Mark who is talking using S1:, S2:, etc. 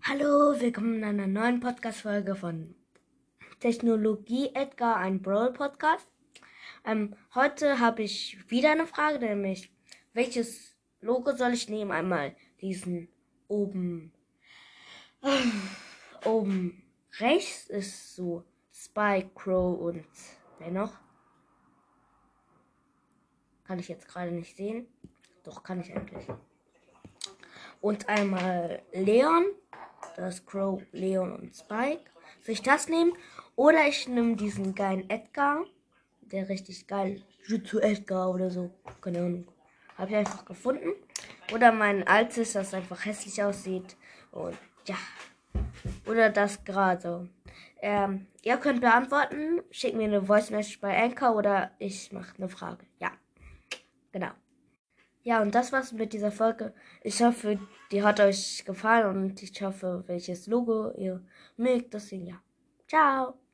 S1: Hallo, willkommen in einer neuen Podcast-Folge von Technologie Edgar, ein Brawl-Podcast. Heute habe ich wieder eine Frage, nämlich, welches Logo soll ich nehmen? Einmal diesen oben rechts ist so Spike, Crow und wer noch? Kann ich jetzt gerade nicht sehen. Doch, kann ich eigentlich. Und einmal Leon. Das Crow, Leon und Spike. Soll ich das nehmen? Oder ich nehme diesen geilen Edgar. Der richtig geil. Jutsu Edgar oder so. Keine Ahnung. Habe ich einfach gefunden. Oder mein altes, das einfach hässlich aussieht. Und ja. Oder das gerade. Ihr könnt beantworten. Schickt mir eine Voice Message bei Anchor oder ich mache eine Frage. Ja, genau. Ja, und das war's mit dieser Folge. Ich hoffe, die hat euch gefallen und ich hoffe, welches Logo ihr mögt. Deswegen ja. Ciao.